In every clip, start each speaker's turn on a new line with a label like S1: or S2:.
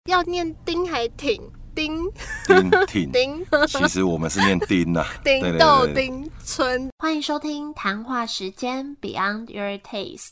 S1: 要念丁还挺？丁，
S2: 其实我们是念丁啊。
S1: 丁豆丁村。欢迎收听谈话时间 Beyond Your Taste。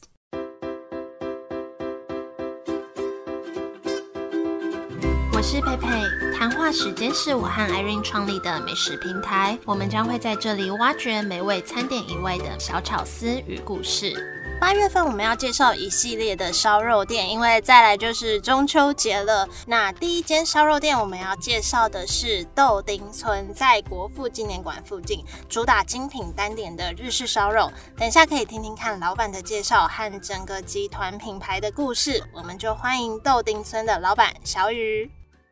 S1: 我是佩佩，谈话时间是我和 Irene 创立的美食平台，我们将会在这里挖掘美味餐点以外的小巧思与故事。8月份我们要介绍一系列的烧肉店，因为再来就是中秋节了。那第一间烧肉店我们要介绍的是豆丁村，在国父纪念馆附近，主打精品单点的日式烧肉。等一下可以听听看老板的介绍和整个集团品牌的故事，我们就欢迎豆丁村的老板小雨。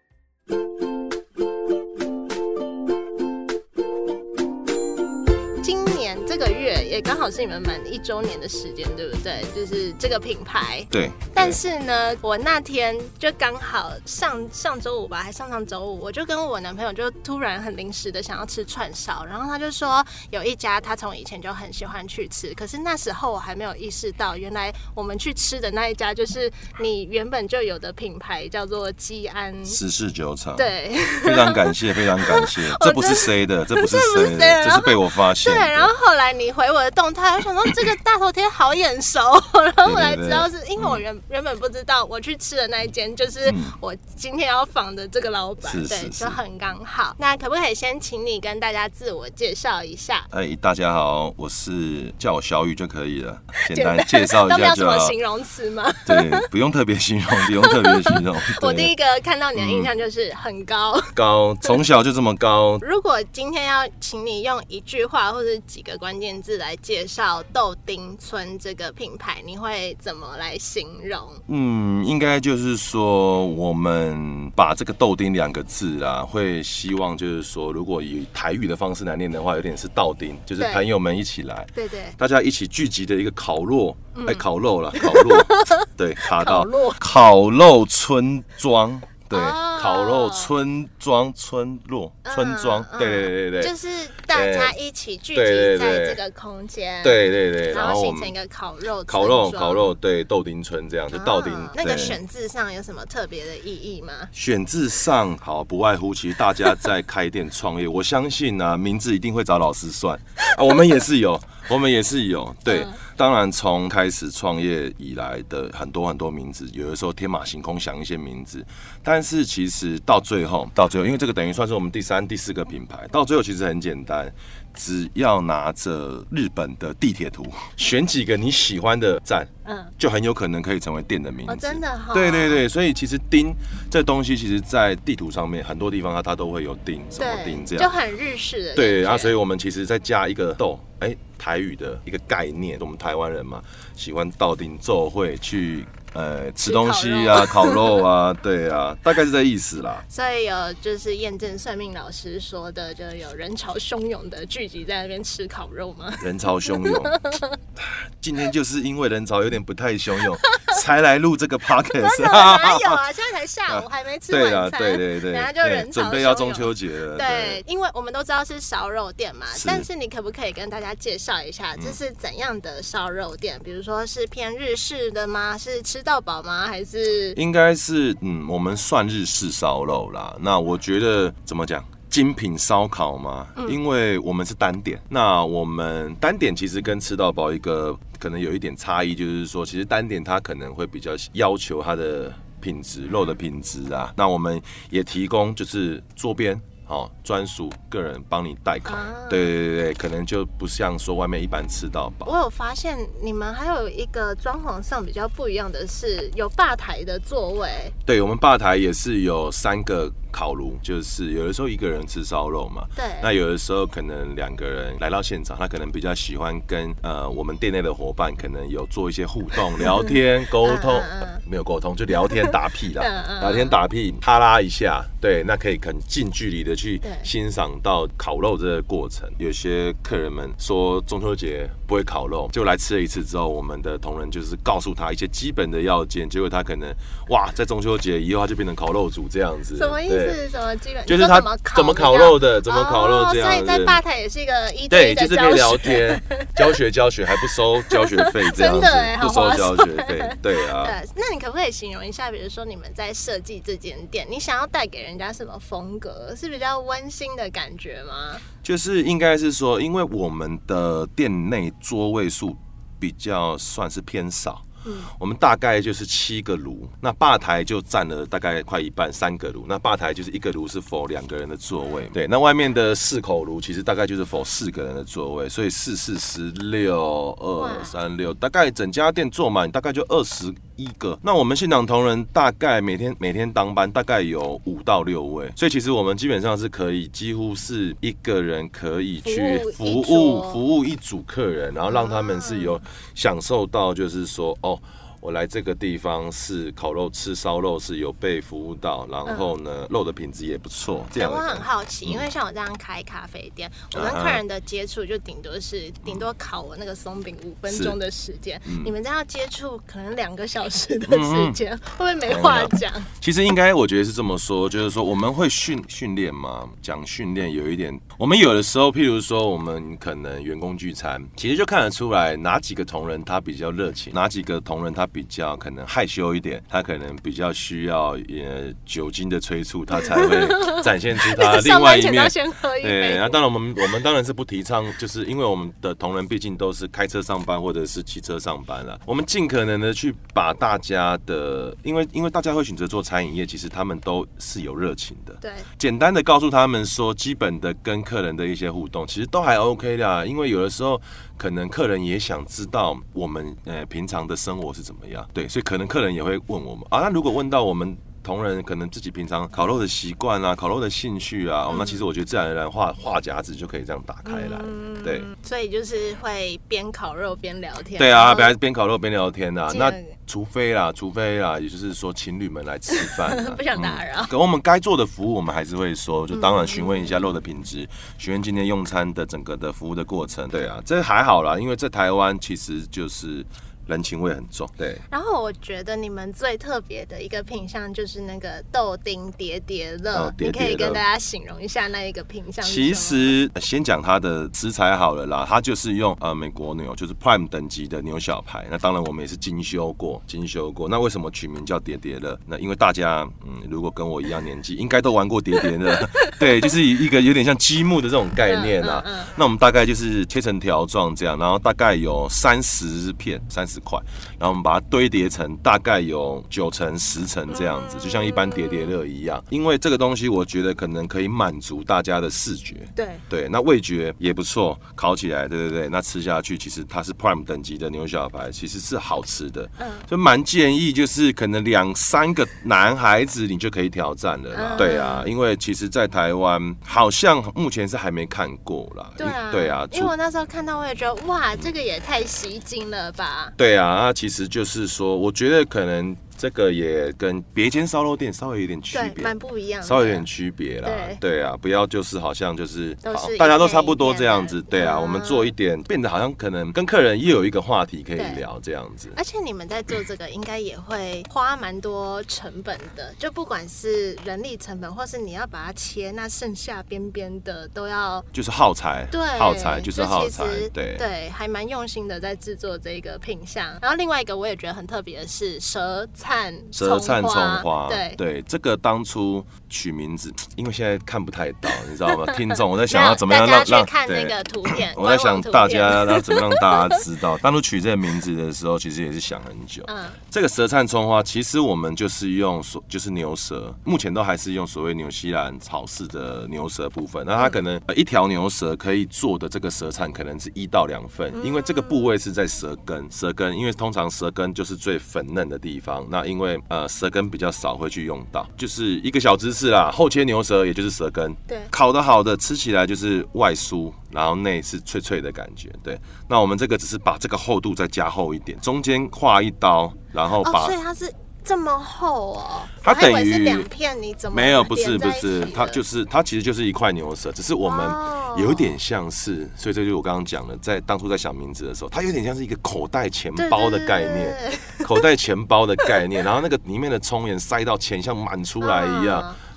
S1: 这个月也刚好是你们满1周年的时间，对不对？就是这个品牌。
S2: 对。
S1: 但是呢，我那天就刚好上周五吧，还上周五，我就跟我男朋友就突然很临时的想要吃串烧，然后他就说有一家他从以前就很喜欢去吃，可是那时候我还没有意识到，原来我们去吃的那一家就是你原本就有的品牌，叫做基安时
S2: 事酒厂。
S1: 对，
S2: 非常感谢，非常感谢。这不是谁的，这不是谁的，这是被我发现的。
S1: 对，然后后来你回我的动态，我想说这个大头贴好眼熟，然后我才知道是因为我原本不知道我去吃的那一间就是我今天要访的这个老板，对，就很刚好。那可不可以先请你跟大家自我介绍一下？
S2: 大家好，我是叫我小雨就可以了，简单介绍一下就好。都没有
S1: 什么形容词吗？
S2: 对，不用特别形容，不用特别形容。
S1: 我第一个看到你的印象就是很高，
S2: 从小就这么高。
S1: 如果今天要请你用一句话或者几个关键字来介绍豆丁村这个品牌，你会怎么来形容？
S2: 应该就是说，我们把这个豆丁2个字啦，会希望就是说，如果以台语的方式来念的话，有点是道丁，就是朋友们一起来，对，大家一起聚集的一个烤肉，烤肉啦，烤肉，对，卡到烤肉村庄。对，烤肉村庄，村庄，对，
S1: 就是大家一起聚集在这个空间，
S2: 对，
S1: 然后形成一个烤肉，
S2: 对，豆丁村这样，就豆丁。
S1: 那个选字上有什么特别的意义吗？
S2: 选字上，好，不外乎其实大家在开店创业，我相信啊，名字一定会找老师算啊，我们也是有，对。当然，从开始创业以来的很多名字，有的时候天马行空想一些名字，但是其实到最后，因为这个等于算是我们第3、第4个品牌，到最后其实很简单，只要拿着日本的地铁图，选几个你喜欢的站，就很有可能可以成为店的名字。
S1: 真的哈？
S2: 对，所以其实丁这东西，其实在地图上面很多地方它都会有丁，什么丁这样，
S1: 就很日式的。
S2: 对，然后所以我们其实再加一个豆。台语的一个概念，我们台湾人嘛，喜欢到顶奏会去吃东西啊，烤肉啊，对啊，大概是这意思啦。
S1: 所以有就是验证算命老师说的，就有人潮汹涌的聚集在那边吃烤肉吗？
S2: 人潮汹涌，今天就是因为人潮有点不太汹涌，才来录这个 podcast。
S1: 真的哪有啊？现在才下午，还没吃晚餐。
S2: 对，
S1: 等下就人潮汹涌，
S2: 准备要中秋节了。
S1: 对，因为我们都知道是烧肉店嘛，但是你可不可以跟大家介绍一下，这是怎样的烧肉店？比如说是偏日式的吗？是吃到饱吗？还是
S2: 应该是我们算日式烧肉啦。那我觉得怎么讲？精品烧烤嘛，因为我们是单点，那我们单点其实跟吃到饱一个可能有一点差异，就是说，其实单点它可能会比较要求它的品质，肉的品质啊。那我们也提供就是桌边。专属个人帮你代烤，对，可能就不像说外面一般吃到饱。
S1: 我有发现你们还有一个装潢上比较不一样的是，有吧台的座位。
S2: 对，我们吧台也是有3个烤炉，就是有的时候一个人吃烧肉嘛，
S1: 对，
S2: 那有的时候可能2个人来到现场，他可能比较喜欢跟我们店内的伙伴可能有做一些互动、聊天、沟通，没有沟通就聊天打屁啦，聊天打屁，哈拉一下，对，那可以很近距离的去欣赏到烤肉这个过程。有些客人们说中秋节不会烤肉，就来吃了一次之后，我们的同仁就是告诉他一些基本的要件，结果他可能哇，在中秋节以后他就变成烤肉主这样子。
S1: 什么意思？ 是什么基本？
S2: 就是他怎么烤肉的，怎么烤肉这样。
S1: 所以在吧台也是一个1对1的教学，
S2: 就是可以聊天，教学还不收教学费这样子，不收教学费，对啊。
S1: 对，那你可不可以形容一下，比如说你们在设计这间店，你想要带给人家什么风格？是比较温馨的感觉吗？
S2: 就是应该是说，因为我们的店内座位数比较算是偏少。我们大概就是7个炉，那吧台就占了大概快一半，3个炉。那吧台就是1个炉是否2个人的座位，对。那外面的4口炉其实大概就是否4个人的座位，所以4、4、16、2、3、6，大概整家店坐满大概就21个。那我们现场同仁大概每天当班大概有5到6位，所以其实我们基本上是可以几乎是一个人可以去服务一组客人，然后让他们是有享受到，就是说我来这个地方是烤肉吃烧肉是有被服务到，然后呢肉的品质也不错。这样
S1: 我很好奇，因为像我这样开咖啡店，我跟客人的接触就顶多烤我那个松饼5分钟的时间，你们这样接触可能2个小时的时间，会不会没话讲？
S2: 其实应该我觉得是这么说，就是说我们会训练嘛，讲训练有一点，我们有的时候譬如说我们可能员工聚餐，其实就看得出来哪几个同仁他比较热情，哪几个同仁他比较可能害羞一点，他可能比较需要酒精的催促，他才会展现出他另外一面。对，那当然我们当然是不提倡，就是因为我们的同仁毕竟都是开车上班或者是骑车上班啦，我们尽可能的去把大家的，因为大家会选择做餐饮业，其实他们都是有热情的。
S1: 对，
S2: 简单的告诉他们说，基本的跟客人的一些互动，其实都还 OK 的，因为有的时候可能客人也想知道我们平常的生活是怎么样，对，所以可能客人也会问我们那如果问到我们同仁可能自己平常烤肉的习惯啊，烤肉的兴趣啊，那其实我觉得自然而然话匣子就可以这样打开来，对，
S1: 所以就是会边烤肉边聊天，
S2: 对啊，边烤肉边聊天啊，那除非啦，也就是说情侣们来吃饭
S1: 不想打扰，
S2: 可我们该做的服务我们还是会说，就当然询问一下肉的品质，询问今天用餐的整个的服务的过程，对啊，这还好啦，因为在台湾其实就是人情味很重，对。
S1: 然后我觉得你们最特别的一个品项就是那个豆丁叠叠乐，你可以跟大家形容一下那一个品项。
S2: 其实先讲它的食材好了啦，它就是用美国牛，就是 Prime 等级的牛小排。那当然我们也是精修过。那为什么取名叫叠叠乐？那因为大家如果跟我一样年纪，应该都玩过叠叠乐，对，就是一个有点像积木的这种概念啊。那我们大概就是切成条状这样，然后大概有30片，30块，然后我们把它堆叠成大概有9层、10层这样子，就像一般叠叠乐一样。因为这个东西，我觉得可能可以满足大家的视觉，对，那味觉也不错，烤起来，对，那吃下去，其实它是 Prime 等级的牛小排，其实是好吃的，所以蛮建议就是可能2、3个男孩子你就可以挑战了啦，对啊，因为其实在台湾好像目前是还没看过啦，对啊，
S1: 因为我那时候看到我也觉得哇，这个也太吸睛了吧，
S2: 对啊，那其实就是说，我觉得可能这个也跟别间烧肉店稍微有点区别，
S1: 蛮不一样的，
S2: 稍微有点区别啦。对啊，不要就是好像就是大家都差不多这样子。对啊，我们做一点，变得好像可能跟客人又有一个话题可以聊这样子。
S1: 而且你们在做这个，应该也会花蛮多成本的，就不管是人力成本，或是你要把它切，那剩下边边的都要
S2: 就是耗材，
S1: 对，
S2: 耗材就是耗材，
S1: 对，还蛮用心的在制作这个品项。然后另外一个我也觉得很特别的是舌灿葱花，对，这
S2: 个当初取名字，因为现在看不太到，你知道吗？听众，我在想要怎么样让
S1: 大家去看那个图片，
S2: 我在想大家要怎么让大家知道。当初取这个名字的时候，其实也是想很久。这个舌灿葱花，其实我们就是用就是牛舌，目前都还是用所谓纽西兰草式的牛舌部分。那它可能一条牛舌可以做的这个舌灿可能是1到2份，因为这个部位是在舌根，因为通常舌根就是最粉嫩的地方。那因为舌根比较少会去用到，就是一个小知识啦。后切牛舌也就是舌根，对，烤得好的吃起来就是外酥，然后内是脆脆的感觉。对，那我们这个只是把这个厚度再加厚一点，中间划一刀，然后把，
S1: 所以它是这么厚哦，
S2: 它等于
S1: 是2片，你怎么
S2: 没有？不是，它其实就是1块牛舌，只是我们有点像是，所以这就是我刚刚讲的，在当初在想名字的时候，它有点像是一个口袋钱包的概念，口袋钱包的概念，然后那个里面的葱也塞到钱像满出来一样。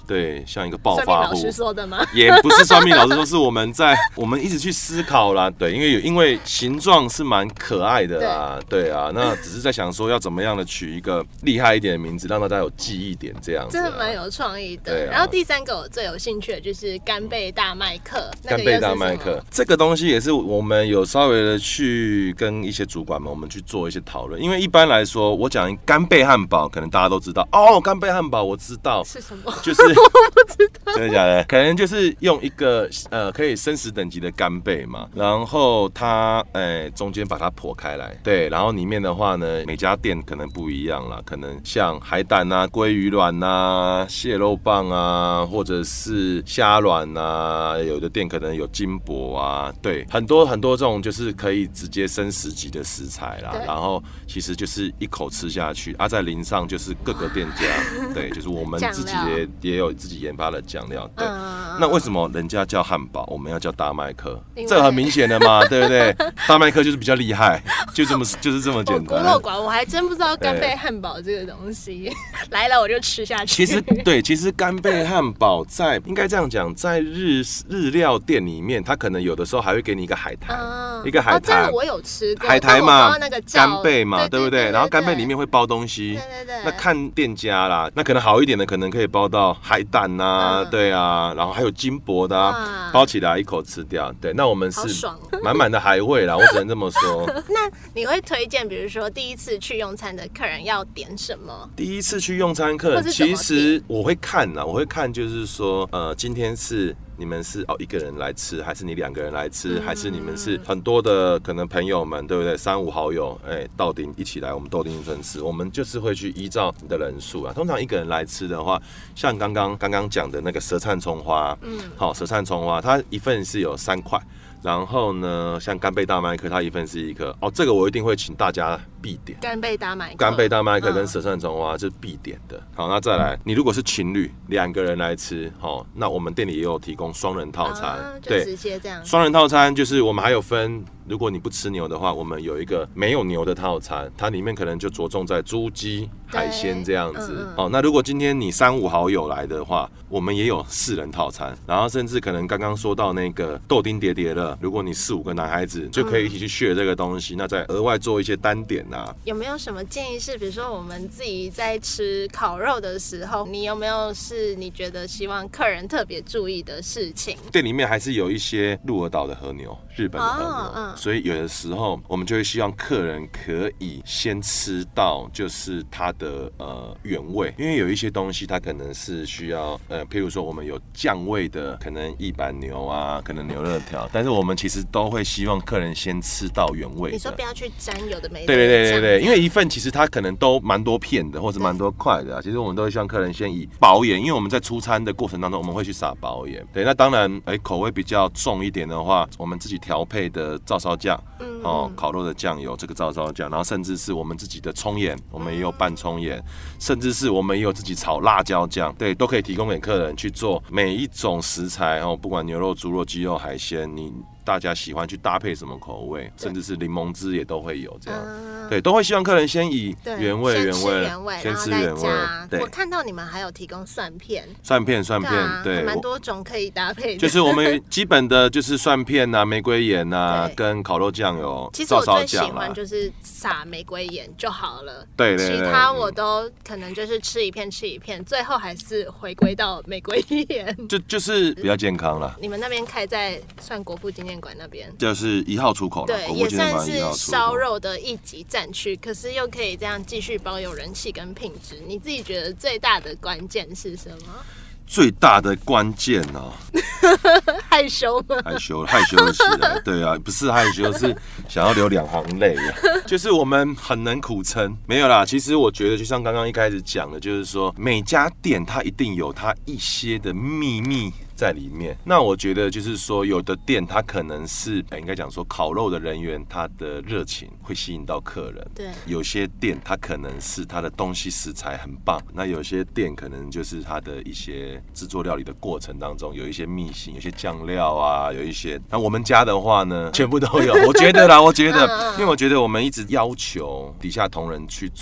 S2: 对，像一个暴发户。
S1: 算命老师说的吗？
S2: 也不是算命老师说，是我们一直去思考啦。对，因为形状是蛮可爱的啦，对啊，那只是在想说要怎么样的取一个厉害一点的名字，让大家有记忆点这样子。
S1: 真的蛮有创意的。然后第3个我最有兴趣的就是干贝大麦克。
S2: 干贝大麦克这个东西也是我们有稍微的去跟一些主管们我们去做一些讨论，因为一般来说我讲干贝汉堡，可能大家都知道哦，干贝汉堡我知道
S1: 是什么，
S2: 就是
S1: 我不知道，
S2: 真的假的？可能就是用一个可以生食等级的干贝嘛，然后它中间把它剖开来，对，然后里面的话呢，每家店可能不一样啦，可能像海胆啊、鲑鱼卵啊、蟹肉棒啊，或者是虾卵啊，有的店可能有金箔啊，对，很多很多这种就是可以直接生食级的食材啦，然后其实就是一口吃下去，再淋上就是各个店家，对，就是我们自己也有自己研发的酱料，对。那为什么人家叫汉堡，我们要叫大麦克？这很明显的嘛，对不对？大麦克就是比较厉害，就是这么简单。
S1: 孤陋寡闻，我还真不知道干贝汉堡这个东西，来了我就吃下去。
S2: 其实干贝汉堡应该这样讲，在日料店里面，它可能有的时候还会给你一个海苔，一个海苔。
S1: 这个我有吃过，
S2: 海苔嘛，
S1: 干
S2: 贝嘛，对不对？然后干贝里面会包东西，
S1: 对。
S2: 那看店家啦，那可能好一点的，可能可以包到海胆呐，对啊，然后还有金箔的啊，包起来一口吃掉。对，那我们是满满的海味啦，我只能这么说。
S1: 那你会推荐，比如说第一次去用餐的客人要点什么？
S2: 第一次去用餐客人，其实我会看就是说，今天是你们是一个人来吃，还是你2个人来吃，还是你们是很多的可能朋友们，对不对？3、5好友，到底一起来我们豆丁村吃，我们就是会去依照你的人数啊。通常一个人来吃的话，像刚刚讲的那个舌灿葱花，好，舌灿葱花，它一份是有3块。然后呢，像干贝大麦克，它一份是1颗这个我一定会请大家必点。
S1: 干贝大麦克
S2: 跟舌灿葱花是必点的。好，那再来，你如果是情侣2个人来吃，那我们店里也有提供双人套餐，
S1: 对，直接这样。
S2: 双人套餐就是我们还有分，如果你不吃牛的话，我们有一个没有牛的套餐，它里面可能就着重在猪鸡海鲜这样子。那如果今天你3、5好友来的话，我们也有4人套餐，然后甚至可能刚刚说到那个豆丁叠叠乐，如果你4、5个男孩子就可以一起去 share 这个东西，那再额外做一些单点啊。
S1: 有没有什么建议是，比如说我们自己在吃烤肉的时候，你有没有是你觉得希望客人特别注意的事情？
S2: 店里面还是有一些鹿儿岛的和牛，日本的和牛，所以有的时候我们就会希望客人可以先吃到就是它的原味，因为有一些东西它可能是需要譬如说我们有酱味的，可能一板牛啊，可能牛肉条，但是我们其实都会希望客人先吃到原味的。
S1: 你说不要去沾有的没的。
S2: 对，因为一份其实它可能都蛮多片的，或是蛮多块的其实我们都会希望客人先以薄盐，因为我们在出餐的过程当中我们会去撒薄盐。对，那当然口味比较重一点的话，我们自己调配的照烧酱，烤肉的酱油，这个照烧酱，然后甚至是我们自己的葱盐，我们也有拌葱盐，甚至是我们也有自己炒辣椒酱，对，都可以提供给客人去做每一种食材不管牛肉、猪肉、鸡肉、海鲜，大家喜欢去搭配什么口味，甚至是柠檬汁也都会有这样，对，都会希望客人先以原味，先吃原味。
S1: 我看到你们还有提供蒜片，
S2: 对，
S1: 蛮多种可以搭配的。
S2: 就是我们基本的就是蒜片啊、玫瑰盐啊，跟烤肉酱油、
S1: 其实我最喜欢就是撒玫瑰盐就好了，
S2: 对，
S1: 其他我都可能就是吃一片，最后还是回归到玫瑰盐，
S2: 就是比较健康啦。
S1: 你们那边开在算国父纪念馆那边，
S2: 就是1号出口了，
S1: 对，也算是烧肉的一级战区，可是又可以这样继续保有人气跟品质。你自己觉得最大的关键是什么？
S2: 最大的关键
S1: 害羞吗？
S2: 害羞起来，对啊，不是害羞，是想要流2行泪就是我们很能苦撑，没有啦。其实我觉得，就像刚刚一开始讲的，就是说每家店它一定有它一些的秘密在里面。那我觉得就是说，有的店它可能是应该讲说烤肉的人员他的热情会吸引到客人，
S1: 对。
S2: 有些店它可能是它的东西食材很棒，那有些店可能就是它的一些制作料理的过程当中有一些秘辛，有些酱料啊，有一些。那我们家的话呢，全部都有。我觉得，因为我觉得我们一直要求底下同仁去做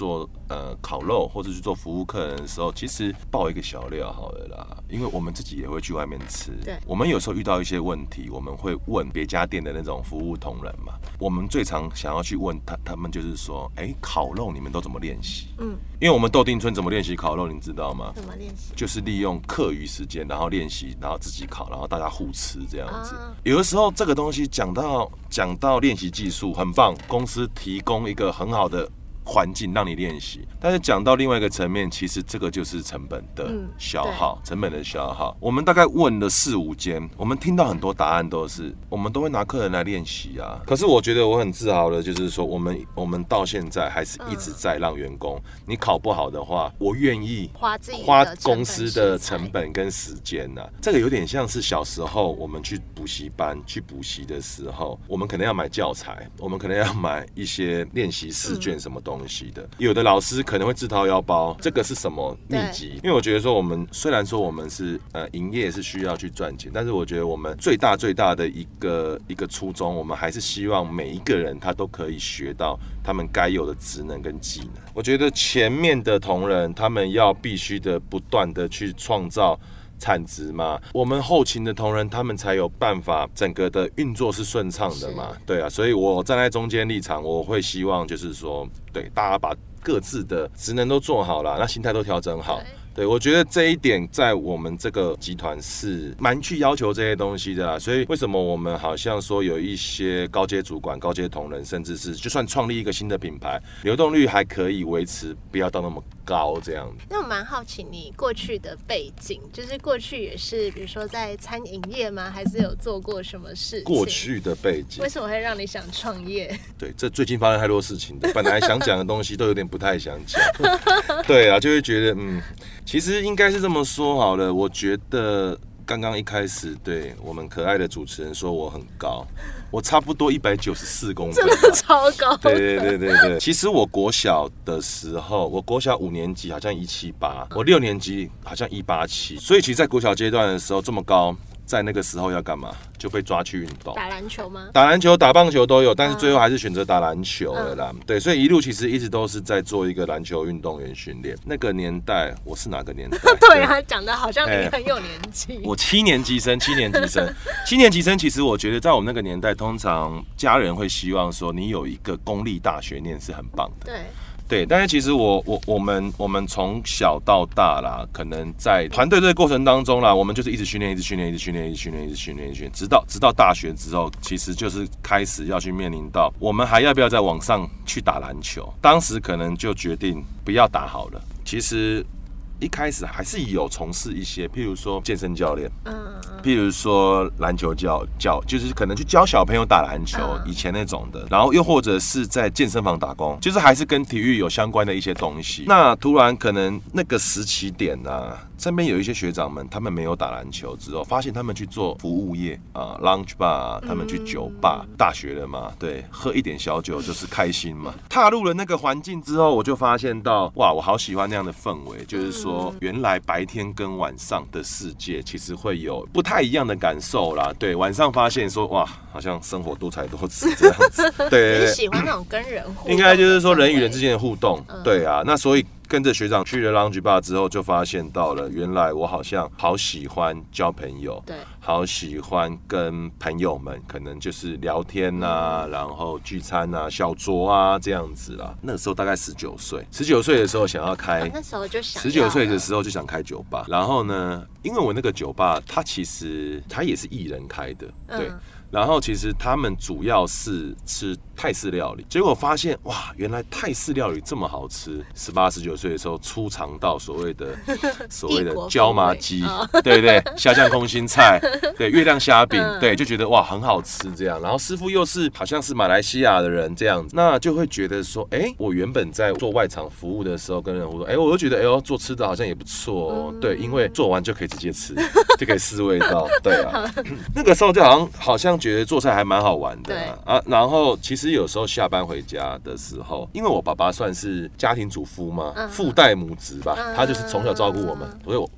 S2: 烤肉或者去做服务客人的时候，其实爆一个小料好了啦，因为我们自己也会去外面吃。
S1: 对，
S2: 我们有时候遇到一些问题，我们会问别家店的那种服务同仁嘛。我们最常想要去问他们就是说，烤肉你们都怎么练习？因为我们豆丁村怎么练习烤肉，你知道吗？
S1: 怎么练习？
S2: 就是利用课余时间，然后练习，然后自己烤，然后大家互吃这样子。有的时候这个东西讲到练习技术很棒，公司提供一个很好的环境让你练习，但是讲到另外一个层面，其实这个就是成本的消耗，成本的消耗。我们大概问了4-5间，我们听到很多答案都是，我们都会拿客人来练习啊。可是我觉得我很自豪的，就是说我们到现在还是一直在让员工，你考不好的话，我愿意花公司的成本跟时间啊。这个有点像是小时候我们去补习班去补习的时候，我们可能要买教材，我们可能要买一些练习试卷什么东西的，有的老师可能会自掏腰包，这个是什么秘籍？因为我觉得说我们虽然说我们是营业是需要去赚钱，但是我觉得我们最大的一个初衷，我们还是希望每一个人他都可以学到他们该有的职能跟技能。我觉得前面的同仁他们要必须的不断的去创造产值嘛，我们后勤的同仁他们才有办法整个的运作是顺畅的嘛，对啊，所以我站在中间立场，我会希望就是说，对大家把各自的职能都做好了，那心态都调整好。对，我觉得这一点在我们这个集团是蛮去要求这些东西的啦，所以为什么我们好像说有一些高阶主管、高阶同仁，甚至是就算创立一个新的品牌，流动率还可以维持，不要到那么高这样子。
S1: 那我蛮好奇你过去的背景，就是过去也是比如说在餐饮业吗？还是有做过什么事情？
S2: 过去的背景
S1: 为什么会让你想创业？
S2: 对，这最近发生太多事情的，本来想讲的东西都有点不太想讲。对啊，就会觉得其实应该是这么说好了。我觉得刚刚一开始对我们可爱的主持人说我很高，我差不多194公分，
S1: 真的超高的。
S2: 对。其实我国小的时候，我国小5年级好像178，我6年级好像187，所以其实，在国小阶段的时候这么高。在那个时候要干嘛？就被抓去运动。
S1: 打篮球吗？
S2: 打篮球、打棒球都有，但是最后还是选择打篮球了啦。对，所以一路其实一直都是在做一个篮球运动员训练。那个年代，我是哪个年代？
S1: 对啊，讲的好像你很有年纪。
S2: 我7年级生。7年级生，其实我觉得在我们那个年代，通常家人会希望说你有一个公立大学念是很棒的。对，但是其实我们从小到大啦，可能在团队这个过程当中啦，我们就是一直训练，直到大学之后，其实就是开始要去面临到我们还要不要在网上去打篮球。当时可能就决定不要打好了。其实一开始还是有从事一些，譬如说健身教练，譬如说篮球教，就是可能去教小朋友打篮球，以前那种的，然后又或者是在健身房打工，就是还是跟体育有相关的一些东西。那突然可能那个时期点啊，身边有一些学长们，他们没有打篮球之后，发现他们去做服务业啊 ，lounge bar， 他们去酒吧，大学了嘛，对，喝一点小酒就是开心嘛。踏入了那个环境之后，我就发现到，哇，我好喜欢那样的氛围，就是说，原来白天跟晚上的世界其实会有不太一样的感受啦。对，晚上发现说，哇，好像生活多彩多姿这样子。对，
S1: 你喜欢那种跟人互动，
S2: 应该就是说人与人之间的互动。对啊，那所以。跟着学长去了 Lounge Bar 之后，就发现到了原来我好像好喜欢交朋友，对，好喜欢跟朋友们可能就是聊天啊，然后聚餐啊、小酌啊这样子啦。那个时候大概19岁的时候想要开，
S1: 那时候就想
S2: 19岁的时候就想开酒吧。然后呢，因为我那个酒吧它其实它也是艺人开的，对。然后其实他们主要是吃泰式料理，结果发现哇，原来泰式料理这么好吃。18、19岁的时候出尝到所谓的椒麻鸡，对不对？虾酱空心菜，对，月亮虾饼，对，就觉得哇很好吃这样。然后师傅又是好像是马来西亚的人这样子，那就会觉得说，我原本在做外场服务的时候跟人互动，我就觉得做吃的好像也不错哦，对，因为做完就可以直接吃，就可以试味道，对啊。那个时候就好像觉得做菜还蛮好玩的啊，然后其实有时候下班回家的时候，因为我爸爸算是家庭主夫嘛，父代母职吧，他就是从小照顾我们，所以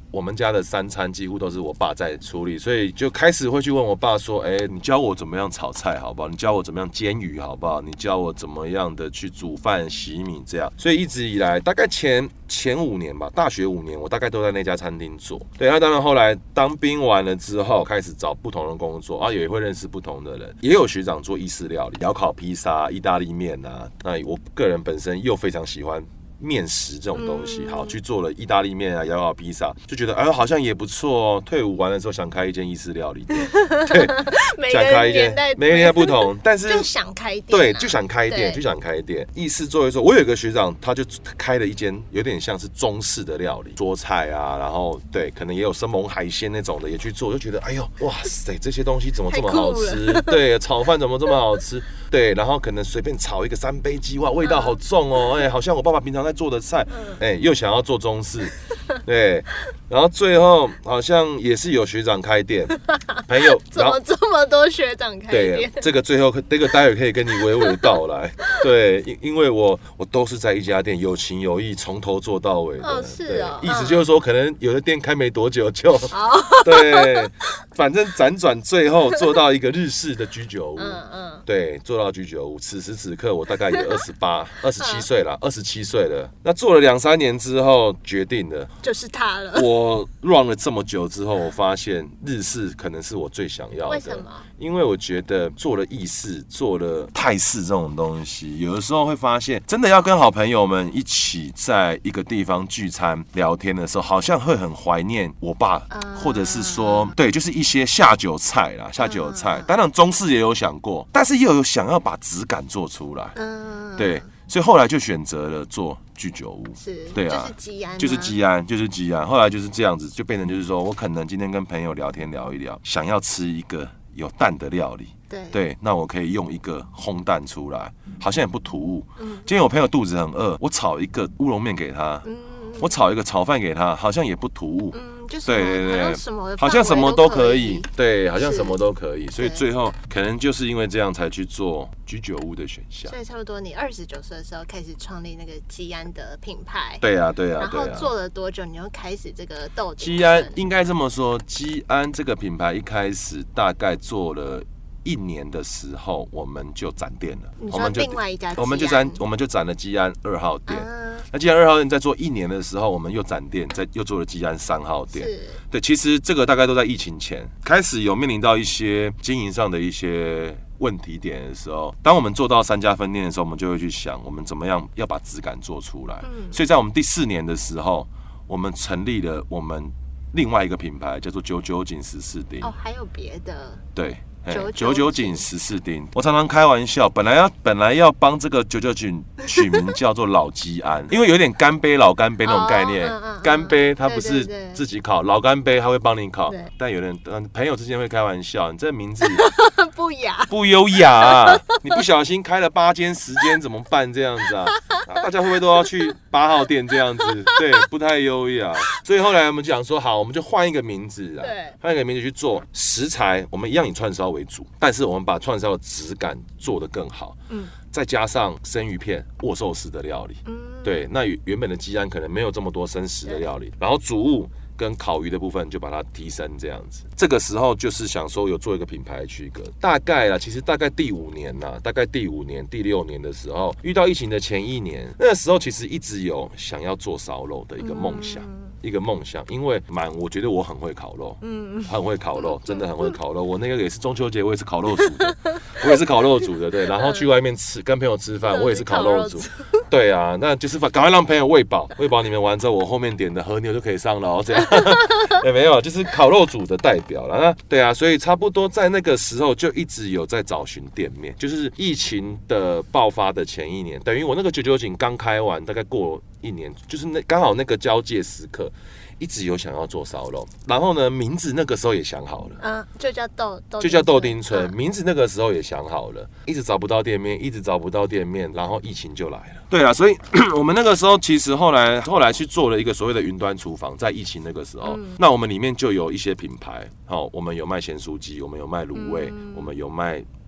S2: 我们家的3餐几乎都是我爸在处理，所以就开始会去问我爸说，你教我怎么样炒菜好不好？你教我怎么样煎鱼好不好？你教我怎么样的去煮饭洗米这样。所以一直以来，大概前5年吧，大学5年，我大概都在那家餐厅做。对，那当然后来当兵完了之后，开始找不同的工作啊，也会认识不同的人，也有学长做意式料理，窑烤披萨、意大利面啊。那我个人本身又非常喜欢面食这种东西，好去做了意大利面啊、窑烤披萨，就觉得好像也不错哦。退伍完的时候想开一间意式料理店，对，想开一间，每个年代不同，但是
S1: 就想开店，
S2: 对，就想开店，就想开店。意式做一做，我有一个学长，他就开了一间有点像是中式的料理，桌菜啊，然后对，可能也有生猛海鲜那种的也去做，就觉得哎呦哇塞，这些东西怎么这么好吃？对，炒饭怎么这么好吃？对，然后可能随便炒一个3杯鸡，哇，味道好重哦，好像我爸爸平常在做的菜，又想要做中式，对，然后最后好像也是有学长开店，朋友
S1: 怎么这么多学长开店？
S2: 对，这个最后这个待会可以跟你娓娓道来，对，因为我都是在一家店有情有义，从头做到尾的，
S1: 是哦，
S2: 意思就是说，可能有的店开没多久就，对，反正辗转最后做到一个日式的居酒屋，对，做到居酒屋。此时此刻我大概也27岁了，27岁了。那做了2-3年之后，决定了，
S1: 就是他了。
S2: 我 run 了这么久之后，我发现日式可能是我最想要的。
S1: 为什么？
S2: 因为我觉得做了意式、做了泰式这种东西，有的时候会发现，真的要跟好朋友们一起在一个地方聚餐聊天的时候，好像会很怀念我爸，或者是说，对，就是一些下酒菜啦，下酒菜。当然中式也有想过，但是又有想要把质感做出来，对。所以后来就选择了做居酒屋，对啊，就是基安，后来就是这样子，就变成就是说我可能今天跟朋友聊天聊一聊，想要吃一个有蛋的料理，对，那我可以用一个烘蛋出来，好像也不突兀。今天我朋友肚子很饿，我炒一个乌龙面给他，我炒一个炒饭给他，好像也不突兀。对，好像什么都可以，对，好像什么都可以，所以最后可能就是因为这样才去做居酒屋的选项。
S1: 所以差不多你29岁的时候开始创立那个基安的品牌，
S2: 对啊。
S1: 然后做了多久，你又开始这个豆丁
S2: 基安？应该这么说，基安这个品牌一开始大概做了1年的时候，我们就展店了。
S1: 你说另外一家基安，
S2: 我们就展了基安2号店。那基安2号店在做1年的时候，我们又展店，又做了基安3号店。对，其实这个大概都在疫情前开始有面临到一些经营上的一些问题点的时候，当我们做到3家分店的时候，我们就会去想，我们怎么样要把质感做出来。所以在我们第4年的时候，我们成立了我们另外一个品牌，叫做99井14丁。
S1: 还有别的？
S2: 对。99井14丁，我常常开玩笑，本来要帮这个99井取名叫做老基安，因为有点干杯老干杯那种概念。干杯它不是自己烤，老干杯它会帮你烤。但有人朋友之间会开玩笑，你这名字
S1: 不雅
S2: 不优雅啊！你不小心开了8间10间怎么办？这样子啊？大家会不会都要去8号店这样子？对，不太优雅。所以后来我们就想说，好，我们就换一个名字啊，换一个名字去做食材，我们一样以串烧为主，但是我们把串烧的质感做得更好，再加上生鱼片、握寿司的料理，对，那原本的基安可能没有这么多生食的料理，然后主物跟烤鱼的部分就把它提升这样子。这个时候就是想说有做一个品牌区隔，其实大概第5年啦，大概第5年、第6年的时候，遇到疫情的前1年，那个时候其实一直有想要做烧肉的一个梦想。因为我觉得我很会烤肉，很会烤肉，真的很会烤肉。我那个也是中秋节，我也是烤肉煮的，对。然后去外面吃，跟朋友吃饭，我也是烤肉煮，对啊。那就是赶快让朋友喂饱你们完之后，我后面点的和牛就可以上了哦，这样。也没有，就是烤肉组的代表了。那对啊，所以差不多在那个时候就一直有在找寻店面，就是疫情的爆发的前1年，等于我那个99井刚开完，大概过1年，就是刚好那个交界时刻，一直有想要做烧肉。然后呢，名字那个时候也想好了，
S1: 就叫豆
S2: 丁村，名字那个时候也想好了，一直找不到店面，然后疫情就来了。对啦，所以我们那个时候其实后来去做了一个所谓的云端厨房，在疫情那个时候，那我们里面就有一些品牌，我们有卖咸酥鸡，我们有卖卤味，我们有卖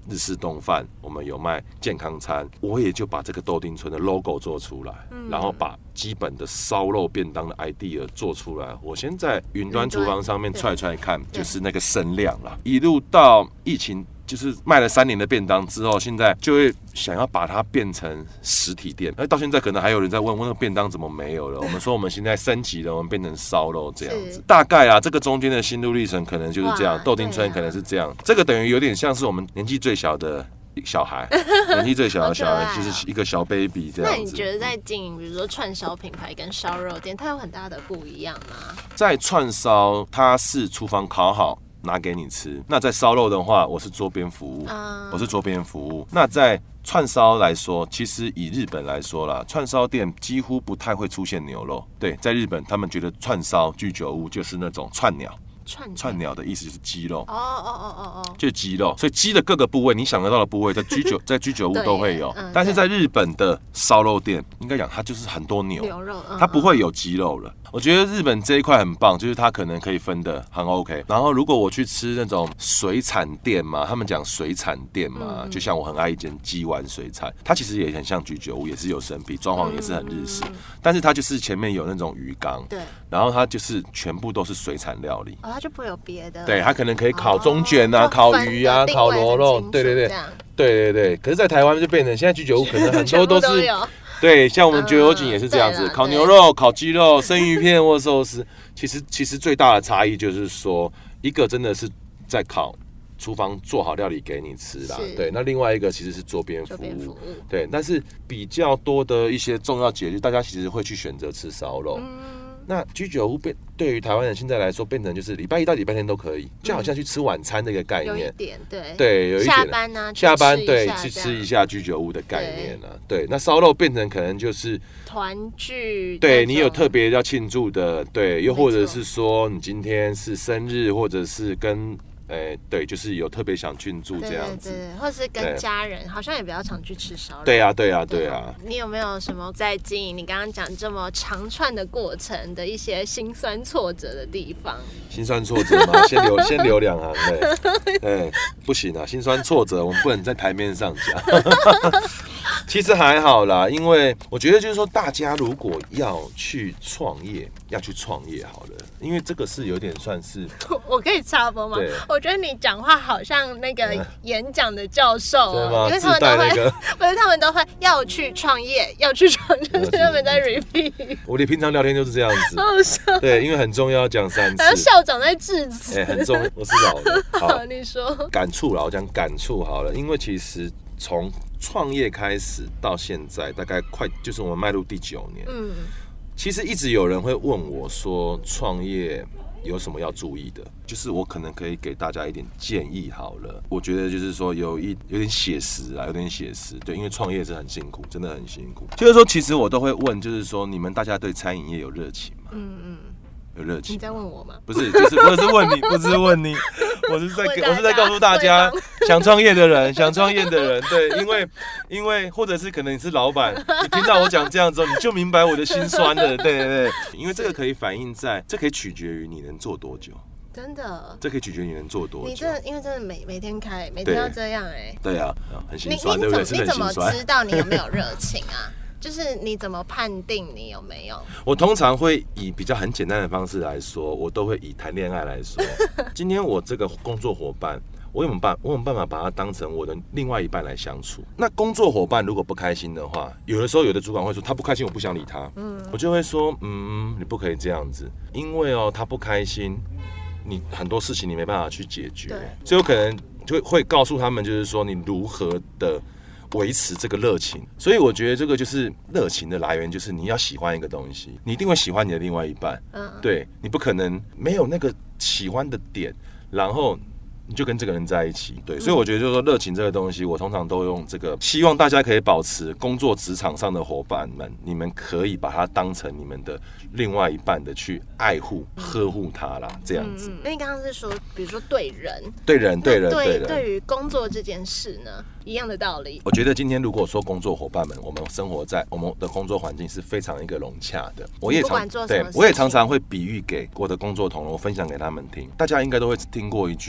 S2: 日式冻饭，我们有卖健康餐，我也就把这个豆丁村的 logo 做出来，然后把基本的烧肉便当的 idea 做出来。我先在云端厨房上面踹看，就是那个声量啦，一路到疫情。就是卖了3年的便当之后，现在就会想要把它变成实体店。到现在可能还有人在问那个便当怎么没有了。我们说我们现在升级了，我们变成烧肉这样子。大概啊，这个中间的心路历程可能就是这样。豆丁村可能是这样，这个等于有点像是我们年纪最小的小孩，年纪最小的小孩就是一个小 baby 这样子。
S1: 那你觉得在经营，比如说串烧品牌跟烧肉店，它有很大的不一样吗？
S2: 在串烧，它是厨房烤好。拿给你吃。那在烧肉的话，我是桌边服务，那在串烧来说，其实以日本来说啦，串烧店几乎不太会出现牛肉。对，在日本他们觉得串烧居酒屋就是那种串鸟。串鸟的意思就是鸡肉，就是鸡肉，所以鸡的各个部位你想得到的部位，在居酒屋都会有。但是在日本的烧肉店，应该讲它就是很多牛肉，它不会有鸡肉了。我觉得日本这一块很棒，就是它可能可以分得很 OK。然后如果我去吃那种水产店嘛，他们讲水产店嘛，就像我很爱一间鸡丸水产，它其实也很像居酒屋，也是有生啤，装潢也是很日式，但是它就是前面有那种鱼缸，对，然后它就是全部都是水产料理，它就不会有别的，对，它可能可以烤中卷啊、烤鱼啊、烤螺肉，对。可是，在台湾就变成现在居酒屋可能很多都是。对，像我们绝油井也是这样子，烤牛肉、烤鸡肉、生鱼片或寿司。其实最大的差异就是说，一个真的是在厨房做好料理给你吃啦，对。那另外一个其实是桌边服务，对。但是比较多的一些重要节日，大家其实会去选择吃烧肉。那居酒屋对于台湾人现在来说，变成就是礼拜一到礼拜天都可以，就好像去吃晚餐的一个概念。有一点，对，有一点下班对去吃一下居酒屋的概念啊。对，那烧肉变成可能就是团聚，对你有特别要庆祝的，对，又或者是说你今天是生日，或者是跟。对，就是有特别想庆祝这样子，对，或是跟家人，好像也比较常去吃烧肉。对啊。你有没有什么在经营你刚刚讲这么长串的过程的一些辛酸挫折的地方？辛酸挫折吗？先留2行，对，不行啊，辛酸挫折我们不能在台面上讲。其实还好啦，因为我觉得就是说，大家如果要去创业好了，因为这个是有点算是，我可以插播吗？我觉得你讲话好像那个演讲的教授，因为他们都会，不是他们都会要去创业，就是他们在 repeat。我哋平常聊天就是这样子，好笑。对，因为很重要，讲3次。还有校长在致辞，很重要。我是老的。好，你说。感触啦，我讲感触好了，因为其实从创业开始到现在，大概就是我们迈入第9年。其实一直有人会问我说，创业有什么要注意的？就是我可能可以给大家一点建议好了。我觉得就是说有点写实啊，有点写实。对，因为创业是很辛苦，真的很辛苦。就是说，其实我都会问，就是说你们大家对餐饮业有热情吗？有热情？你在问我吗？不是，就是我是问你，不是问你，我是在告诉大家，想创业的人，对，因为或者是可能你是老板，你听到我讲这样之后，你就明白我的心酸了，对，因为这个可以反映在，这可以取决于你能做多久。真的，这可以取决于你能做多久。你真的，因为真的每天开，每天要这样对啊，很心酸，对不对？你怎么知道你有没有热情啊？就是你怎么判定你有没有？我通常会以比较很简单的方式来说，我都会以谈恋爱来说。今天我这个工作伙伴，我有没有办法把他当成我的另外一半来相处？那工作伙伴如果不开心的话，有的时候有的主管会说他不开心，我不想理他。我就会说，你不可以这样子，因为他不开心，你很多事情你没办法去解决，所以我可能就会告诉他们，就是说你如何的维持这个热情。所以我觉得这个就是热情的来源，就是你要喜欢一个东西，你一定会喜欢你的另外一半。对，你不可能没有那个喜欢的点，然后你就跟这个人在一起。对，所以我觉得就是说热情这个东西，我通常都用这个，希望大家可以保持工作职场上的伙伴们，你们可以把它当成你们的另外一半的去爱护、呵护它啦，这样子。因为刚刚是说，比如说对人，对于工作这件事呢，一样的道理。我觉得今天如果说工作伙伴们，我们生活在我们的工作环境是非常一个融洽的，我也常常会比喻给我的工作同仁，我分享给他们听。大家应该都会听过一句话，就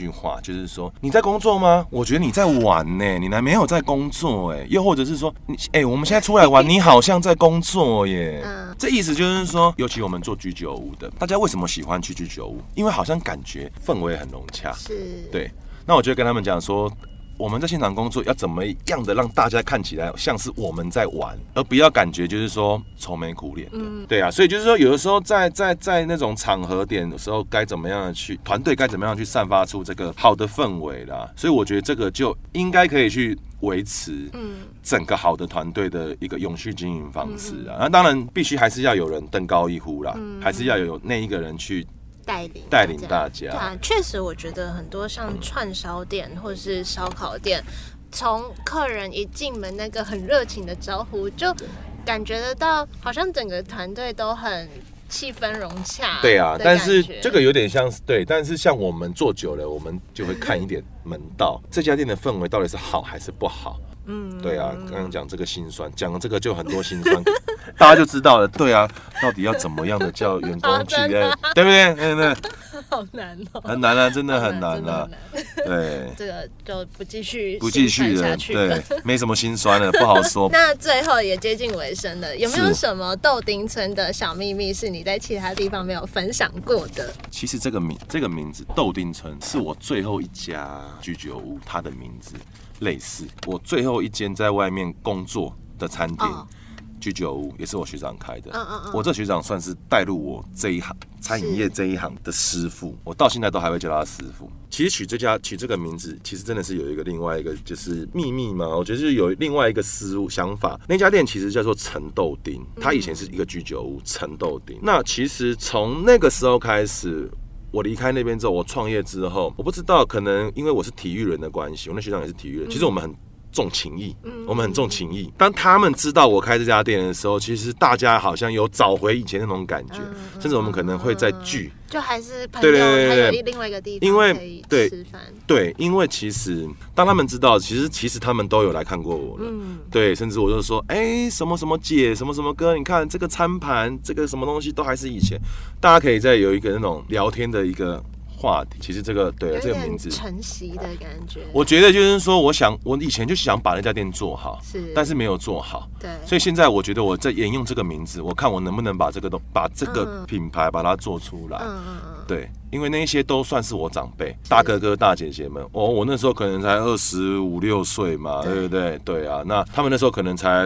S2: 就是说你在工作吗？我觉得你在玩呢，你还没有在工作哎，又或者是说我们现在出来玩，你好像在工作耶。这意思就是说，尤其我们做居酒屋的，大家为什么喜欢去居酒屋？因为好像感觉氛围很融洽，
S1: 是，
S2: 对。那我就跟他们讲说，我们在现场工作要怎么样的让大家看起来像是我们在玩，而不要感觉就是说愁眉苦脸的。对啊，所以就是说有的时候在那种场合点的时候，该怎么样的去团队该怎么样去散发出这个好的氛围啦。所以我觉得这个就应该可以去维持整个好的团队的一个永续经营方式啊。那当然必须还是要有人登高一呼啦，还是要有那一个人去带领大家。
S1: 对啊，确实，我觉得很多像串烧店或者是烧烤店，从客人一进门那个很热情的招呼，就感觉得到，好像整个团队都很气氛融洽。
S2: 对啊，但是这个有点像是对，但是像我们做久了，我们就会看一点门道，这家店的氛围到底是好还是不好。对啊，刚刚讲这个心酸，讲了这个就很多心酸，大家就知道了。对啊，到底要怎么样的叫员工去，对不对？对，
S1: 好难哦，
S2: 很难啊，真的很难啊。对，
S1: 这个就不继续
S2: 了，对，没什么心酸了，不好说。
S1: 那最后也接近尾声了，有没有什么豆丁村的小秘密是你在其他地方没有分享过的？
S2: 其实这个名字豆丁村是我最后一家居酒屋，它的名字类似我最后一间在外面工作的餐店。居酒屋也是我学长开的，我这学长算是带入我这一行餐饮业这一行的师傅，我到现在都还会叫他师傅。其实取这个名字，其实真的是有另外一个就是秘密嘛，我觉得是有另外一个想法。那家店其实叫做陈豆丁，它以前是一个居酒屋，陈豆丁。那其实从那个时候开始，我离开那边之后，我创业之后，我不知道可能因为我是体育人的关系，我那学长也是体育人，其实我们很重情义，我们很重情义。当他们知道我开这家店的时候，其实大家好像有找回以前那种感觉，甚至我们可能会再聚，
S1: 就还是朋友，还有另外一个地方可以吃饭。
S2: 对，因为其实当他们知道，其实他们都有来看过我了，对，甚至我就说，什么什么姐，什么什么哥，你看这个餐盘，这个什么东西都还是以前，大家可以再有一个那种聊天的一个话题。其实这个对这个名字
S1: 承袭的感觉，
S2: 我觉得就是说，我以前就想把那家店做好，但是没有做好，
S1: 对，
S2: 所以现在我觉得我在沿用这个名字，我看我能不能把这个品牌把它做出来，对，因为那些都算是我长辈、大哥哥、大姐姐们，我那时候可能才25、26岁嘛，对不对？对啊，那他们那时候可能才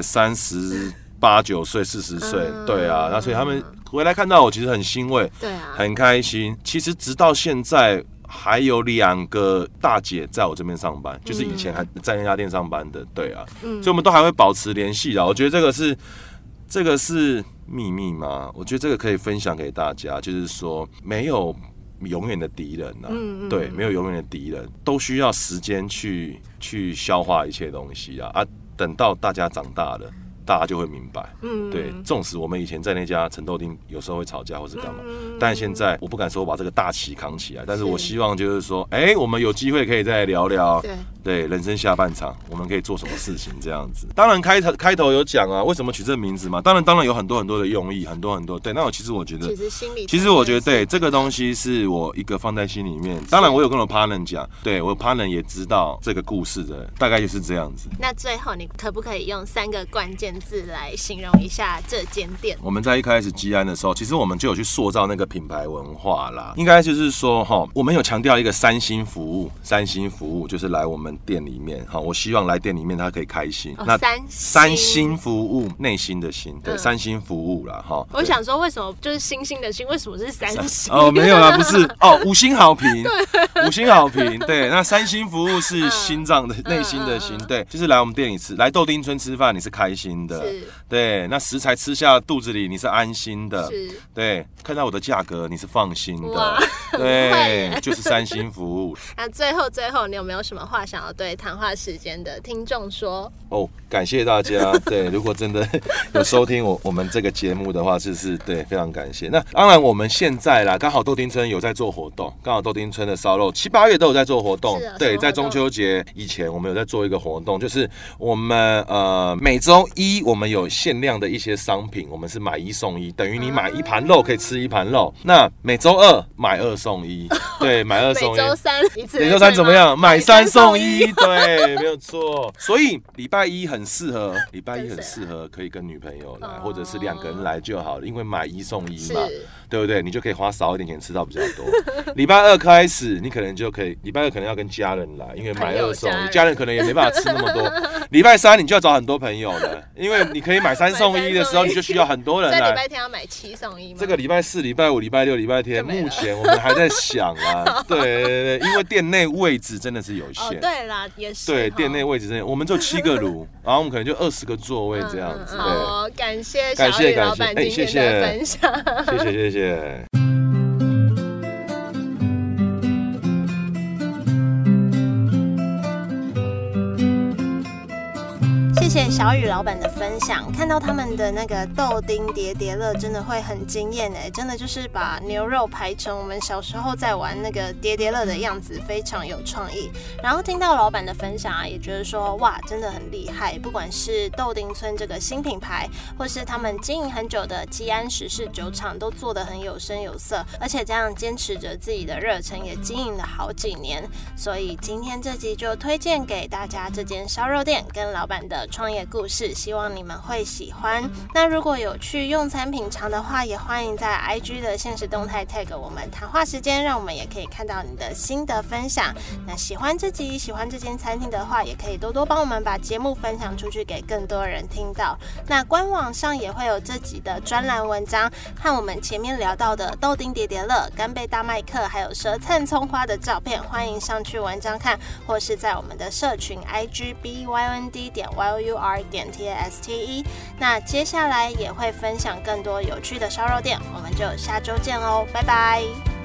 S2: 38、9岁、40岁，对啊，那所以他们回来看到我，其实很欣慰，
S1: 对啊，
S2: 很开心。其实直到现在，还有2个大姐在我这边上班，就是以前还在那家店上班的，对啊，所以我们都还会保持联系的。我觉得这个是秘密吗？我觉得这个可以分享给大家，就是说没有永远的敌人啊，对，没有永远的敌人，都需要时间去消化一切东西啊，等到大家长大了。大家就会明白，对，纵使我们以前在那家陈豆丁有时候会吵架或是干嘛，但现在我不敢说我把这个大旗扛起来，但是我希望就是说，我们有机会可以再聊聊，对，人生下半场我们可以做什么事情这样子。当然开头有讲啊，为什么取这个名字嘛？当然有很多的用意，很多对。那其实我觉得，其实我觉得对这个东西是我一个放在心里面。当然我有跟我 partner 讲，对我 partner 也知道这个故事的大概就是这样子。
S1: 那最后你可不可以用3个关键字来形容一下这间店？
S2: 我们在一开始基安的时候，其实我们就有去塑造那个品牌文化啦。应该就是说，我们有强调一个3星服务，3星服务就是来我们店里面，我希望来店里面他可以开心。那3星服务，内心的心，对，3星服务啦，
S1: 我想说，为什么就是星星的星，为什么是3星？
S2: 没有啦，不是5星好评，5星好评，对。那3星服务是心脏的内心的心，对，就是来我们店里吃，来豆丁村吃饭，你是开心的。对，那食材吃下肚子里你是安心的，对，看到我的价格你是放心的，对，就是3星服务。
S1: 那最后你有没有什么话想要对谈话时间的听众说？
S2: 感谢大家，对，如果真的有收听我们这个节目的话，是对，非常感谢。那当然我们现在啦，刚好豆丁村有在做活动，刚好豆丁村的烧肉7、8月都有在做活动，对，在中秋节以前我们有在做一个活动，就是我们每周1我们有限量的一些商品，我们是买1送1，等于你买1盘肉可以吃1盘肉。 好，那每周二买2送1，对，买2送1。
S1: 每周三一次，
S2: 每周三怎么样？买3送1，对，没有错。所以礼拜一很适合，可以跟女朋友来，或者是2个人来就好了，因为买1送1嘛，对不对？你就可以花少一点钱吃到比较多。礼拜二开始，你可能就可以，礼拜二可能要跟家人来，因为买2送1，家人可能也没办法吃那么多。礼拜三你就要找很多朋友了，因为你可以买3送1的时候，你就需要很多人来。
S1: 所以礼拜天要买7送1吗？
S2: 这个礼拜4、礼拜5、礼拜6、礼拜天，目前我们还在想啊。对，因为店内位置真的是有限。
S1: 对啦，也是。
S2: 对，店内位置真的，我们就7个炉，然后我们可能就20个座位这样子。
S1: 好，感谢小雨老板今天的分享。
S2: 谢谢。
S1: 谢谢小雨老板的分享，看到他们的那个豆丁叠叠乐真的会很惊艳哎，真的就是把牛肉排成我们小时候在玩那个叠叠乐的样子，非常有创意。然后听到老板的分享啊，也觉得说哇，真的很厉害，不管是豆丁村这个新品牌，或是他们经营很久的基安时事酒厂，都做得很有声有色，而且这样坚持着自己的热忱，也经营了好几年。所以今天这集就推荐给大家这间烧肉店跟老板的创业故事，希望你们会喜欢。那如果有去用餐品尝的话，也欢迎在 IG 的限时动态 tag 我们谈话时间，让我们也可以看到你的心得分享。那喜欢这集，喜欢这间餐厅的话，也可以多多帮我们把节目分享出去，给更多人听到。那官网上也会有这集的专栏文章，和我们前面聊到的豆丁叠叠乐、干贝大麦克，还有舌灿葱花的照片，欢迎上去文章看，或是在我们的社群 IG BYND.YOUR.TASTE。那接下来也会分享更多有趣的烧肉店，我们就下周见喽，拜拜。